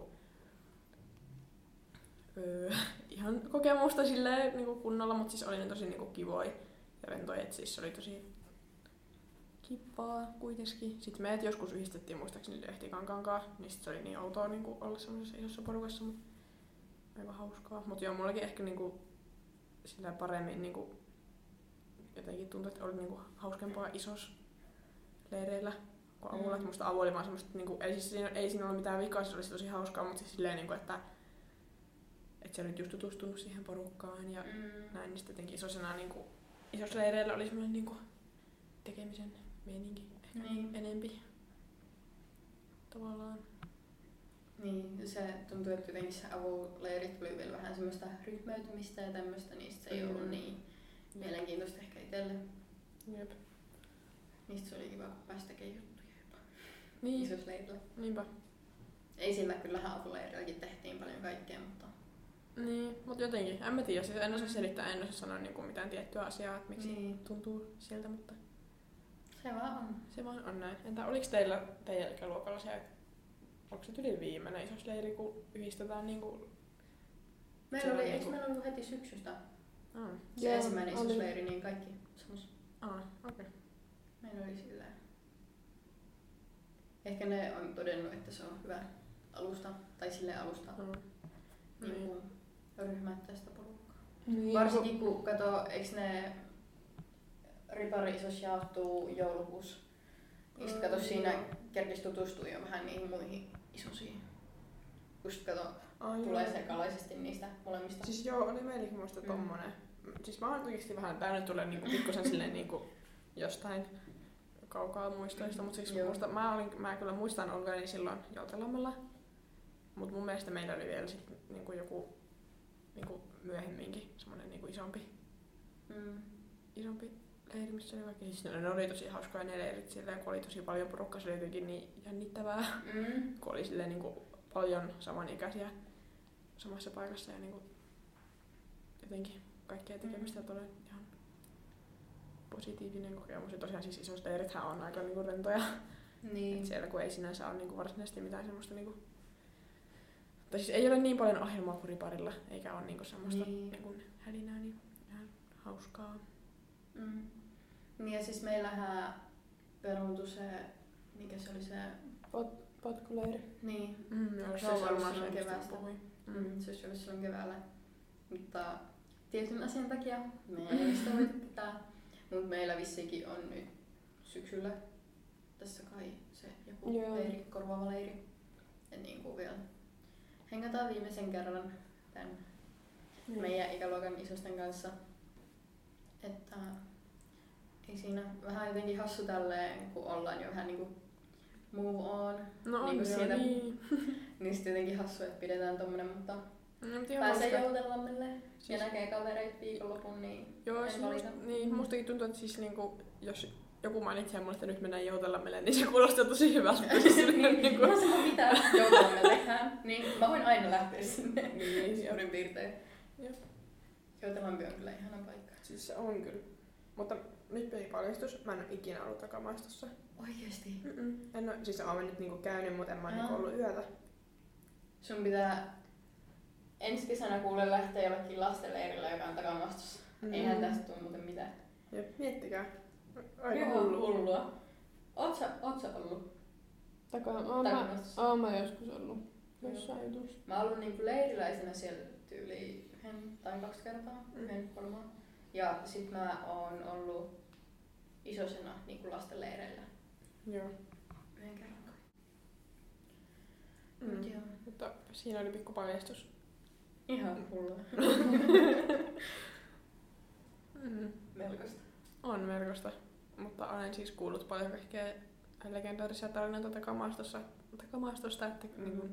ihan kokemusta silleen niin kuin kunnolla, mutta siis oli ne tosi niin kuin kivoja ja rentoja, että siis se oli tosi kivaa kuitenkin. Sitten meidät joskus yhdistettiin muistaakseni Lehtikankaan kanssa, niin sit se oli niin outoa niin kuin olla semmoisessa isossa porukassa, mutta aika hauskaa. Mutta joo, mullakin ehkä niin kuin, sillä paremmin niin kuin, jotenkin tuntui, että oli niin kuin, hauskempaa isos leireillä kuin avulla. Että musta avu oli vaan semmoista, niin kuin, ei, siis ei siinä ollut mitään vikaa, se oli tosi hauskaa, mutta siis silleen, niin kuin, että sä olit just tutustunut siihen porukkaan ja näin, niin sitten jotenkin isosena niin kuin, isosleireillä oli semmoinen niin kuin, tekemisen meininki ehkä enempi tavallaan. Niin, se tuntuu, että jotenkin se avuleirit oli vielä vähän semmoista ryhmäytymistä ja tämmöistä, niin se ei ollut niin mielenkiintoista ehkä itselle. Jep. Niistä se oli kiva, kun pääsi tekemään juttuja jopa Niin. isosleirillä. Niinpä. Ei sillä kyllähän avuleirilläkin tehtiin paljon kaikkea, mutta... Niin, mutta jotenkin, en mä tiedä, siis en osaa selittää, en osaa sanoa niinku mitään tiettyä asiaa, että miksi tuntuu sieltä, mutta... Se vaan on. Se vaan on näin. Entä oliko teidän ikäluokalla se, onko se yli viimeinen isosleiri, kun yhdistetään niinku... Meillä oli, eikö meillä ollut heti syksystä? Se Joo, ensimmäinen isosleiri, niin kaikki samos. Okei. Meillä oli sillä. Ehkä ne on todennut, että se on hyvä alusta, tai silleen alusta niin kuin ryhmäyttää sitä porukkaa. Niin. Varsinkin kun katsoo, eikö ne ripari-isos jaottuu joulukuussa. Ja sit kato siinä kerkis tutustua jo vähän niihin muihin isosiin. Just kato, tulee sekalaisesti niistä molemmista. Siis joo, oli meilläkin muista tommonen. Siis mä oon oikeesti vähän, tää nyt tulee niinku pikkusen silleen niinku jostain kaukaa muistoista, mutta siis mä kyllä muistan olleeni silloin Joutelammalla. Mut mun mielestä meillä oli vielä sit niinku joku niinku myöhemminkin semmonen niinku isompi leiri, missä oli kaikki. Siis ne oli tosi hauskoja ne leirit silleen, kun oli tosi paljon porukkaa, se oli jotenkin niin jännittävää. Kun oli silleen niinku paljon samanikäisiä samassa paikassa ja niinku jotenkin kaikkea tekemistä oli ihan positiivinen kokemus. Ja tosiaan siis isoista leirithän on aika niinku rentoja. Niin. Et siellä kun ei sinänsä ole niinku varsinaisesti mitään semmoista niinku... Tai siis ei ole niin paljon ohjelmaa kuin riparilla, eikä ole niinku semmoista niinku hälinää, niin ihan hauskaa. Niin ja siis meillähän peruuntui se, mikä se oli se... Potkuleiri. Niin. Se on varmaan se, keväästä. Se olisi ollut silloin keväällä. Mutta tietyn asian takia me ei sitä voitu pitää. Mutta meillä vissiinkin on nyt syksyllä tässä kai se joku leiri, korvaava leiri. Ja niin kuin vielä hengataan viimeisen kerran tämän meidän ikäluokan isosten kanssa. Että ei siinä vähän jotenkin hassu tälleen, kun ollaan jo vähän niinku move on. No niin on siitä, niin. niin sitten jotenkin hassu, että pidetään tommonen, mutta No, pääsee Joutelammelle. ja näkee kavereita viikonlopun, niin joo, en valita. niin, mustakin tuntuu, että siis niinku, jos joku mainitsee mulle, että nyt mennään Joutelammelle, niin se kuulostaa tosi hyvältä. Niin, ihan sama mitä Joutelamme tehdään, niin mä voin aina lähteä sinne Niin, suurin piirtein. Jep. Joutalampi on kyllä ihana paikka. Siis se on kyllä. Mutta nyt pieni paljastus, mä en ole ikinä ollut takamaistossa. Oikeesti? En ole, siis olen nyt niinku käynyt, mutta en mä niinku ollut yötä. Sun pitää ensi kesänä kuule lähteä jollekin lastenleirillä, joka on takamastossa. Eihän tästä tule muuten mitään. Jep, miettikää. Aika Ihan hullua. Oot sä ollut takamastossa? Oon mä joskus ollut jossain jutussa. Mä oon ollut niinku leiriläisenä siellä tyyliin 1 tai 2 kertaa, 1 varmaan. Ja sit mä oon ollut isosena niinku lastenleireillä. Joo. 1 kerran. Joo. Mutta siinä oli pikku paljastus. Ihan hullua. Melkoista. On melkoista. Mutta olen siis kuullut paljon kaikkea legendaarisia tarinoita takamaastosta, että niinku,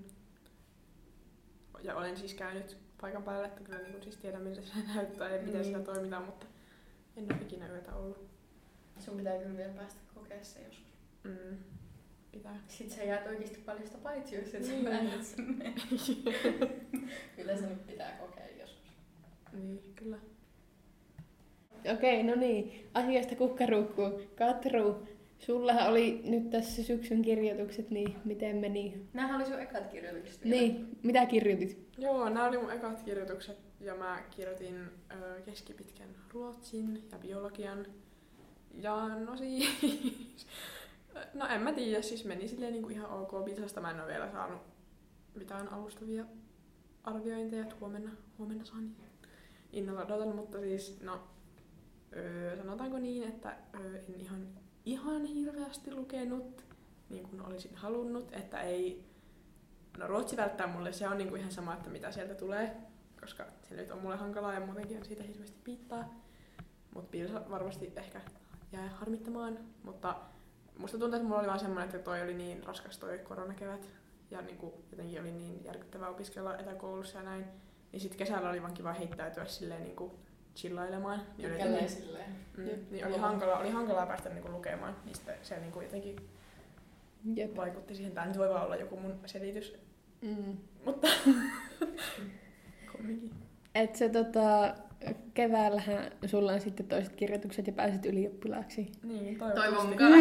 ja olen siis käynyt paikan päällä, että kyllä niinku siis tiedän miltä se näyttää ja miten siellä toimitaan, mutta en ole ikinä yötä ollut. Sun pitää kyllä vielä päästä kokea se joskus. Pitää. Sitten sä jäät oikeesti paljon sitä paitsi, jos et sä pääset sinne. Kyllä se nyt pitää kokeilla joskus. Niin, kyllä. Okei, no niin. Asiasta kukkaruukkuun. Katru, sullahan oli nyt tässä syksyn kirjoitukset, niin miten meni? Nämähän oli sun ekat kirjoitukset vielä. Niin, mitä kirjoitit? Joo, nämä oli mun ekat kirjoitukset ja mä kirjoitin keskipitkän ruotsin ja biologian. Ja no siis... No en mä tiedä, siis meni silleen niinku ihan ok. Pitsästä mä en ole vielä saanut mitään alustavia arviointeja, että huomenna saan innolla odotan, mutta siis no sanotaanko niin, että en ihan hirveästi lukenut niin kuin olisin halunnut, että ei... No ruotsi välttää mulle, se on niinku ihan sama, että mitä sieltä tulee, koska se nyt on mulle hankalaa ja muutenkin on siitä hirveästi piittaa. Mut Pilsa varmasti ehkä jää harmittamaan, mutta musta tuntuu, että mulla oli vaan semmoinen, että toi oli niin raskas toi koronakevät ja niinku jotenkin oli niin järkyttävää opiskella etäkoulussa ja näin. Niin sit kesällä oli vaan kiva heittäytyä silleen niinku chillailemaan. Jotenkin silleen. Niin oli hankalaa päästä niinku lukemaan, niin sitten se niinku jotenkin vaikutti siihen. Tää nyt voi vaan olla joku mun selitys. Mutta kumminkin. Et se keväällähän sulla on sitten toiset kirjoitukset ja pääset ylioppilaaksi. Niin, toivon mukaan.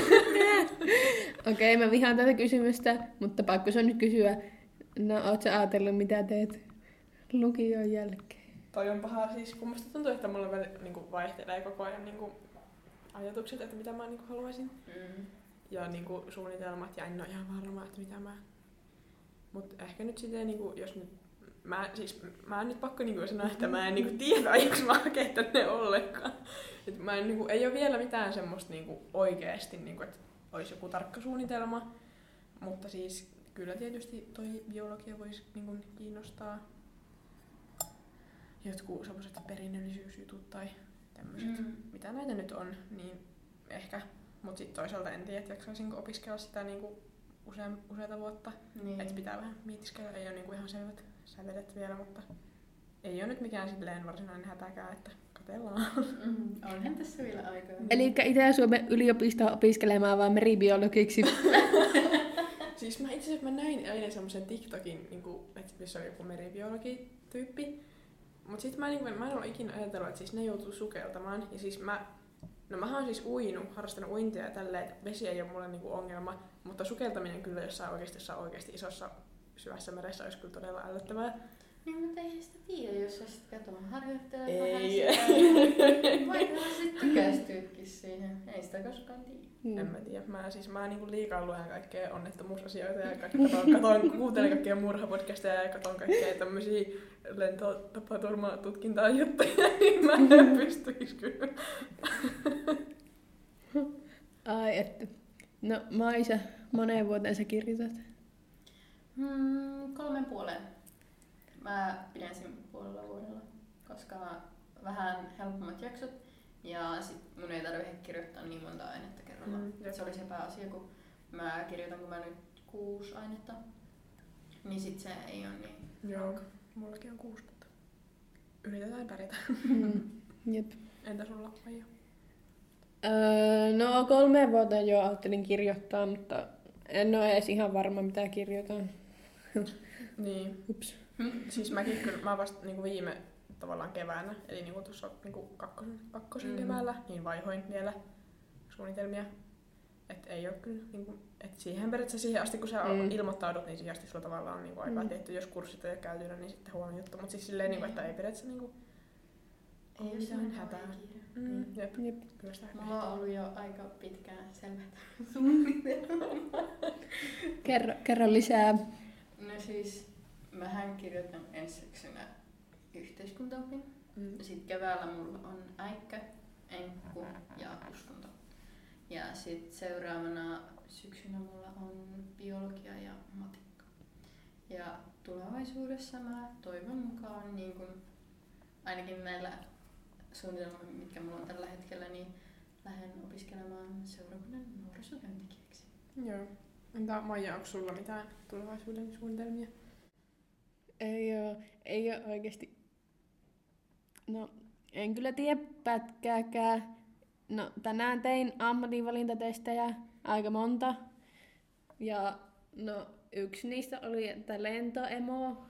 Okei, mä vihaan tätä kysymystä, mutta pakko se on nyt kysyä. No, oot sä ajatellut, mitä teet lukion jälkeen? Toi on paha, siis kun musta tuntuu, että mulla niinku vaihtelee koko ajan niinku ajatukset, että mitä mä niinku haluaisin. Ja niinku suunnitelmat, ja en ole ihan varma, että mitä mä... Mut ehkä nyt silleen niinku, jos nyt... Mä en nyt pakko niinku sanoa, että mä en niinku tiedä, aions mä hakea tänne ollenkaan. Et mä en niinku, ei oo vielä mitään semmoista niinku oikeesti, niinku, että olisi joku tarkka suunnitelma. Mutta siis kyllä tietysti toi biologia voisi niinku kiinnostaa. Jotkut semmoset perinnöllisyysjutut tai tämmöset, mitä näitä nyt on, niin ehkä. Mut sit toisaalta en tiedä, että jaksaisinko opiskella sitä niinku useita vuotta. Niin. Et pitää vähän mietiskellä, ei oo niinku ihan selvät sävelet vielä, mutta ei oo nyt mikään silleen varsinainen hätäkään, että katsellaan. Onhan tässä vielä aikaa. Elikkä Itä-Suomen yliopistoon opiskelemaan vaan meribiologiksi. Siis mä itse asiassa mä näin eilen semmosen TikTokin, niinku, että missä oli joku meribiologi-tyyppi. Mut sit mä en ole ikinä ajatellut, että siis ne joutuu sukeltamaan. Ja siis mähän oon siis harrastanut uintia ja tälleen, että vesi ei ole mulle niinku ongelma. Mutta sukeltaminen kyllä jossain oikeesti isossa syvässä meressä olisi kyllä todella ällöttävää. Niin, mutta ei sitä tiedä, jos sä sit katoa harjoittelet Ei. vähän sitä. Vaikka sit tykästytkin siihen. Ei sitä koskaan tiedä. En mä tiedä. Mä niinku liikaa luen kaikkea onnettomuusasioita ja kuuntelen kaikkia murhapodcasteja ja katon kaikkea tämmösiä lentotapaturmatutkintaa juttuja, niin mä en pystyis kyllä. Ai että. No Maisa, moneen vuoteen sä kirjoitat? 3,5. Mä pidensin puolella vuodella, koska vähän helpommat jaksot ja sit mun ei tarvitse kirjoittaa niin monta ainetta kerralla. Se oli se pääasia, kun mä kirjoitan, kun mä nyt 6 ainetta, niin sit se ei oo niin. Joo, mullakin on 6, mutta yritetään pärjätä. Jep. Entä sulla, Maija? No 3 vuotta jo ajattelin kirjoittaa, mutta en ole edes ihan varma mitä kirjoitan. Niin. Ups. Siis mäkin kyllä, mä vasta niinku viime tavallaan keväänä, eli niinku tuossa niinku kakkosen keväällä, niin vaihoin vielä suunnitelmia. Et ei oo kyllä niinku, et siihen periaatteessa siihen asti kun sä ilmoittaudut, niin siihen asti sulla tavallaan on niinku aikaa tehty, jos kurssit on jo käytynä, niin sitten huono juttu. Mut siis silleen niinku, että ei periaatteessa niinku Ei ole mitään hätää. Jep. Kyllä sitä Mulla on ollut jo aika pitkään selvät suunnitelmat. Kerro lisää. No siis, mähän kirjoitan ensi syksynä yhteiskuntaopin. Sitten keväällä mulla on äikkä, enkku ja uskonto. Ja sitten seuraavana syksynä mulla on biologia ja matikka. Ja tulevaisuudessa mä toivon mukaan, niin kun, ainakin näillä suunnitelmilla, mitkä mulla on tällä hetkellä, niin lähden opiskelemaan seurakunnan nuorisotyöntekijäksi. Joo. Entä Maija, onko sulla mitään tulevaisuuden suunnitelmia? Ei oo oikeesti. No, en kyllä tiedä pätkääkään. No, tänään tein ammatinvalintatestejä aika monta. Ja no, yksi niistä oli, että lentoemo.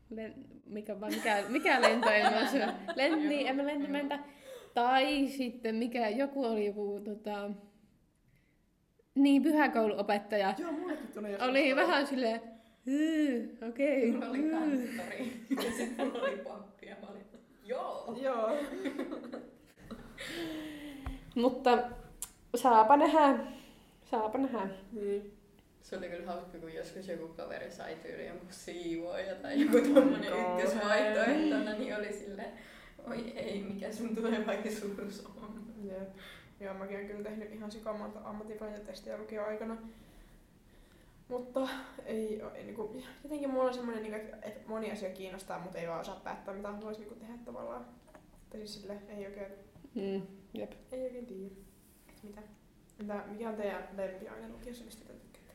Mikä lentoemo se on? Lentoemäntä. Tai sitten joku oli joku niin, pyhäkouluopettaja. Joo, mullekin tuli joskus. Oli vähän silleen, okei. Mulla oli kanttori ja sitten mulla oli pappi ja mä olin, joo. Mutta saapa nähdä. Niin. Se oli kyllä hauska, kun joskus joku kaveri sai tyyli jonkun siivooja tai joku tommonen ykkösvaihtoehtona, niin oli silleen, oi ei, mikä sun tulevaisuus on. Jep. Joo, mäkin olen kyllä tehnyt ihan sikamonta ammatinvalintatestiä lukioaikana. Mutta ei niinku, jotenkin mulla on semmoinen, niinku, että moni asia kiinnostaa, mutta ei vaan osaa päättää, mitä haluaisi niinku tehdä tavallaan. Tai siis sille ei oikein, Jep. ei oikein tiedä. Mitä? Entä mikä on teidän lempiaine lukiossa, mistä te tykkäätte?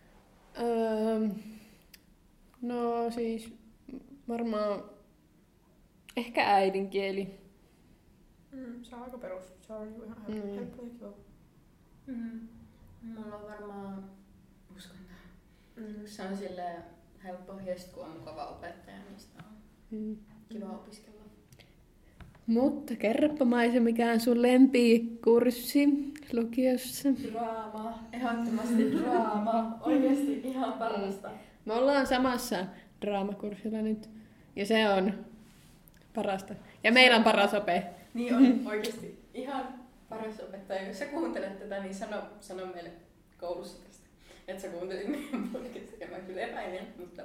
No siis varmaan ehkä äidinkieli. Se on aika perus. Se on niinku ihan helppo ja kiva. Mulla on varmaan uskonto. Se on silleen helppo ja sit kun on mukava opettaja, niin sitä on kiva opiskella. Mutta kerropa Maisa, mikä on sun lempikurssi lukiossa? Draama, ehdottomasti draama. Oikeesti ihan parasta. Me ollaan samassa draamakurssilla nyt. Ja se on parasta. Ja meillä on paras ope. Niin on oikeesti ihan paras opettaja. Jos sä kuuntelet tätä, niin sano meille koulussa tästä. Että sä kuuntelit meidän podcastia. Mä kyllä epäilen, mutta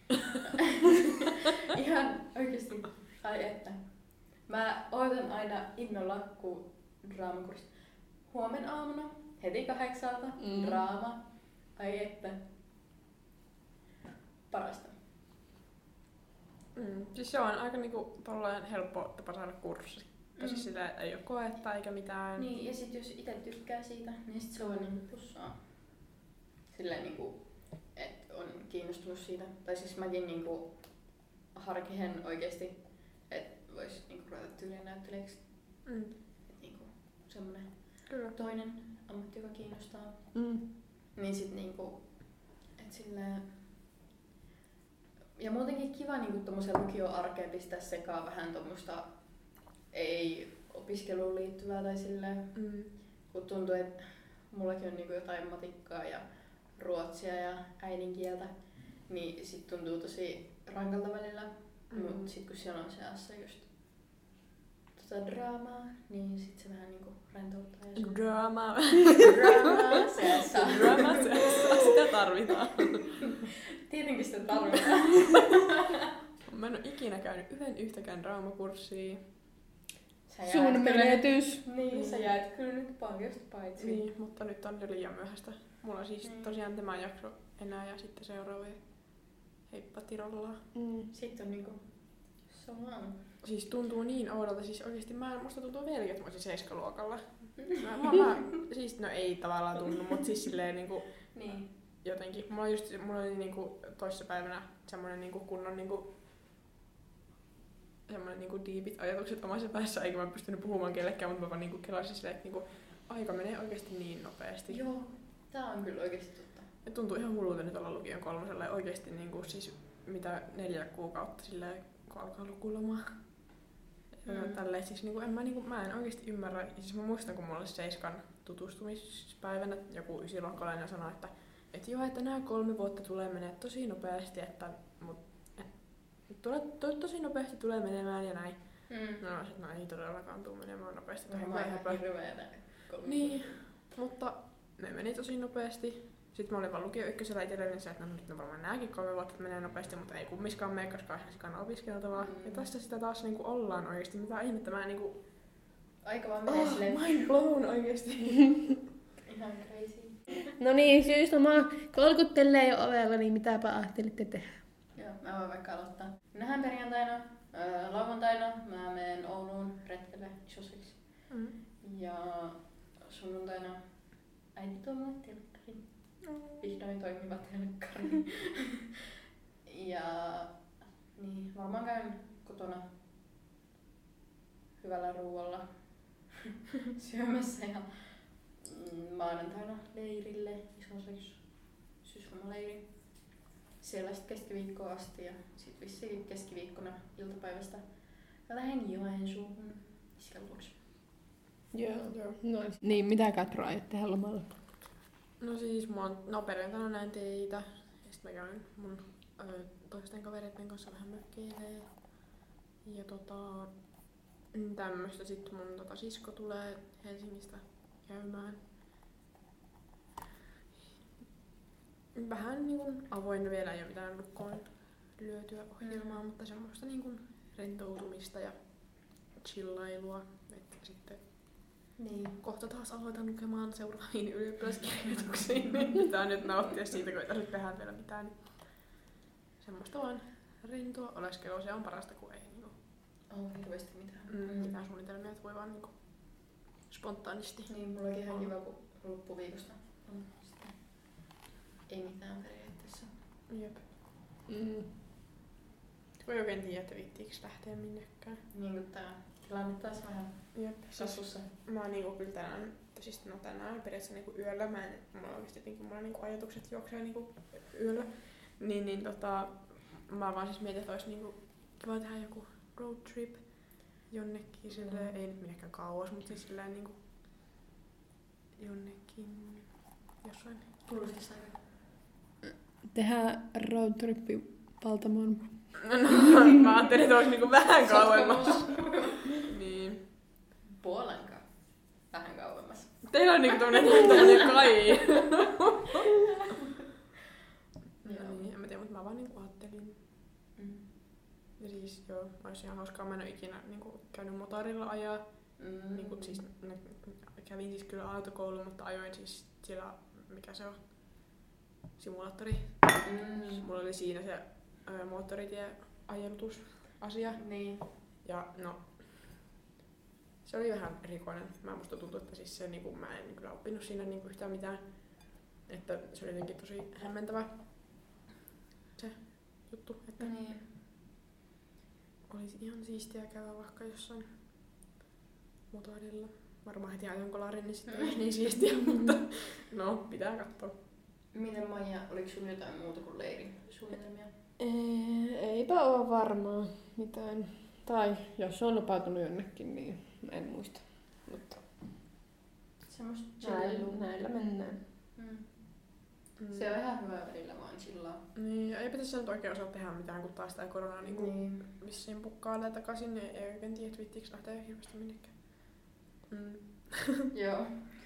ihan oikeesti. Ai että. Mä ootan aina innolla, kun draamakurssi huomenna aamuna, heti 8, draama. Ai että. Parasta. Siis se on aika niinku tollainen helppo tapa saada kurssi. Siis sitä ei oo koetta eikä mitään. Niin, ja sit jos ite tykkää siitä, niin sit se on niinku plussaa. Silleen niinku, et on kiinnostunut siitä. Tai siis mäkin niinku harkihen oikeesti, et vois niinku ruveta tyyliin näyttelijäksi. Et niinku semmonen toinen ammatti, joka kiinnostaa. Niin sit niinku, et silleen. Ja muutenkin kiva niinku tommoseen lukioarkeen pistää sekaan vähän tommosta ei opiskeluun liittyvää tai silleen. Kun tuntuu, että mullakin on niinku jotain matikkaa ja ruotsia ja äidinkieltä, niin sit tuntuu tosi rankalta välillä. Mut sit kun siellä on seassa just draamaa, niin sit se vähän niinku rentouttaa. Draamaa. Draamaa seassa. Draamaa seassa. Sitä tarvitaan. Tietenkin sitä tarvitaan. Mä en oo ikinä käynyt yhtäkään draamakurssia. Sun menetys. Niin, sä jäät kyllä nyt paljosta paitsi. Niin, mutta nyt on jo liian myöhäistä. Mulla on siis tosiaan tämä jakso enää ja sitten seuraavia. Heippa Tirollaa. Sitten on niinku so long. Siis tuntuu niin oudolta, siis oikeesti musta tuntuu vieläkin, että mä olisin 7-luokalla. Siis no ei tavallaan tunnu, mut siis silleen niinku niin. Jotenkin. Mulla oli niinku toissapäivänä semmonen niinku kunnon niinku semmoinen niinku diipit ajatukset omassa päässä, eikä mä pystynyt puhumaan kellekään, mutta mä vaan niinku kelasin silleen, että niinku aika menee oikeesti niin nopeasti. Joo, tää on kyllä oikeesti totta. Ja tuntuu ihan hullulta nyt olla lukion 3. Oikeesti niinku siis mitä 4 kuukautta silleen, kun alkaa lukulomaa. Tälleen siis niinku, mä en oikeesti ymmärrä. Siis mä muistan, kun mulla oli 7 tutustumispäivänä joku ysiluokkalainen sanoi, että joo, että nämä 3 vuotta tulee menee tosi nopeasti, tosi nopeasti tulee menemään ja näin. No, sit ei todellakaan tule menemään nopeasti. No, mä ihan hirveetä. Niin, mutta ne meni tosi nopeasti. Sitten mä olin vaan lukio ykkösellä itselleni se, että no nyt varmaan nääkin 3 vuotta menee nopeasti, mutta ei kummiskaan mene, koska on ihan sikana opiskeltavaa. Ja tässä sitä taas niinku ollaan oikeesti. Mitä ihmettä mä niinku... Aika vaan menee silleen... Mind blown oikeesti. Ihan crazy. No niin, syysloma kolkuttelee jo ovella, niin mitäpä ajattelitte tehdä? Joo, mä voin vaikka aloittaa. Nähdään perjantaina, lauantaina mä menen Ouluun retkelle isosiksi. Ja sunnuntaina äiti tuo mulle telkkarin. Vihdoin toimiva telkkari. Ja niin, varmaan käyn kotona hyvällä ruualla syömässä ja maanantaina leirille isoseksi syyslomaleirin. Siellä sitten keskiviikkoon asti ja sit vissiin keskiviikkona iltapäivästä lähden Joensuuhun iskän luokse. Joo. No, niin, mitä Katro aiot tehdä lomalla? No siis perjantaina näin teitä. Ja sit mä käyn mun toisten kavereiden kanssa vähän mökkeilee. Ja tämmöstä sit mun sisko tulee Helsingistä käymään. Vähän niinku avoinna vielä, ei oo mitään lukkoon lyötyä ohjelmaa, mutta semmoista niinku rentoutumista ja chillailua. Että sitten kohta taas aloitan lukemaan seuraaviin ylioppilaskirjoituksiin, niin pitää nyt nauttia siitä, kun ei tarvitse tehdä vielä mitään. Niin semmoista vaan rentoa oleskelua, se on parasta, kun ei niinku on hirveesti mitään. Mitään suunnitelmia, että voi vaan niinku spontaanisti. Niin, mulla onkin ihan kiva, kun loppuviikosta on sitä. Ei mitään periaatteessa. Jep. Voi oikein tiedä, että viittiinkö lähteä minnekään. Niin kuin tää tilanne taas vähän kasvussa. Mä oon niinku kyllä tänään periaatteessa niinku yöllä. Mulla oikeesti jotenkin niinku ajatukset juoksee niinku yöllä. Niin mä vaan siis mietin, että ois niinku kiva tehdä joku road trip jonnekin silleen, ei nyt minnekään kauas, mutta siis silleen niinku jonnekin jossain. Kuulostis aika. Tehdään roadtrippi Paltamoon. No, mä ajattelin, että ois niinku vähän kauemmas. Niin. Puolankaan. Vähän kauemmas. Teillä on niinku tommonen kai. Niin, en mä tiedä, mutta mä vaan niinku ajattelin. Ja siis joo, ois ihan hauskaa. Mä en oo ikinä niinku käynyt motorilla ajaa. Niinku siis kävin siis kyllä autokouluun, mutta ajoin siis siellä, mikä se on, simulaattori. Mulla oli siinä se moottoritieajelutusasia. Niin. Ja no, se oli vähän rikoinen. Musta tuntuu, että siis se, niinku, mä en kyllä oppinut siinä niinku yhtään mitään. Että se oli jotenkin tosi hämmentävä se juttu. Että olisi ihan siistiä käydä vaikka jossain motorilla. Varmaan heti ajonkolarin, niin sitten olisi niin siistiä, mutta no, pitää katsoa. Miten Maija, oliko sun jotain muuta kuin leirisuunnitelmia? Eipä oo varmaan mitään. Tai jos on lupautunut jonnekin, niin en muista. Mutta näillä mennään. Se on ihan hyvä välillä vaan chillaa. Niin, ei pitäisi nyt oikein osaa tehdä mitään, kun taas tää korona niin vissiin pukkailee takaisin, niin ei oikein tiedä, viittiinkö lähteä hirveästi minnekään. Joo.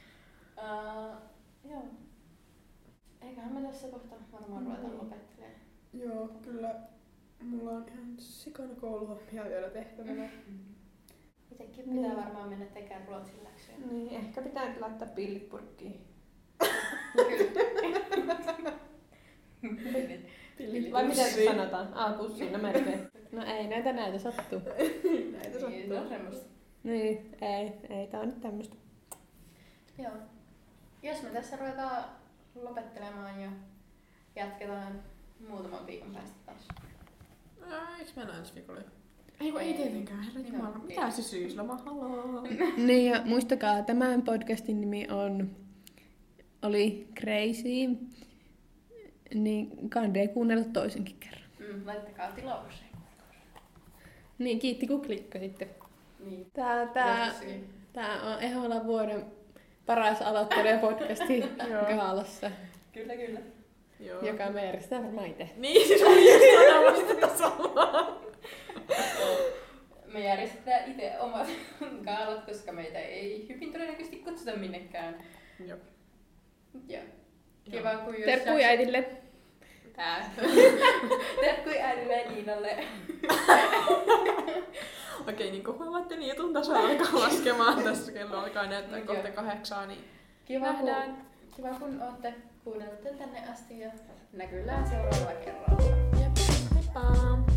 Joo. Eiköhän me tässä kohta varmaan ruveta lopettelemaan. Joo, kyllä. Mulla on ihan sikana kouluhommia vielä tehtävänä. Itsekin pitää varmaan mennä tekemään ruotsin läksyjä. Niin, ehkä pitää nyt laittaa pillit purkkiin. Pillit. Vai miten se sanotaan? Pussiin, no melkein. No ei, näitä sattuu. Näitä sattuu. Niin, se on semmoista. Niin, ei, tää on nyt tämmöstä. Joo. Jos me tässä ruvetaan lopettelemaan ja jatketaan muutaman viikon päästä taas. Eiks mennä ensi viikolla? Ei tietenkään, herra jumala. Mitä se syysloma? Haloo. Niin ja muistakaa, tämän podcastin nimi oli Crazy. Niin kannattaa kuunnella toisenkin kerran. Laittakaa tilaukseen. Niin, kiitti kun klikkasitte. Niin. Tää on Eholan vuoden paras aloittelija-podcasti Gaalassa. Kyllä. Joo. Joka me järjestetään varmaan itse. Niin, siis mä just sanomassa tätä samaa. Me järjestetään itse omat gaalat, koska meitä ei hyvin todennäköisesti kutsuta minnekään. Joo. Joo. Kiva, kun just Terkkui äidille. Terkkui äidille ja Niinalle. Okei, niin kuin huomaatte, niin jutun taso alkaa laskemaan. Tässä kello alkaa näyttää kohta 8, niin nähdään. Kiva, kun ootte kuunnelleet tänne asti ja näkyllään seuraavalla kerralla. Jep, heippa!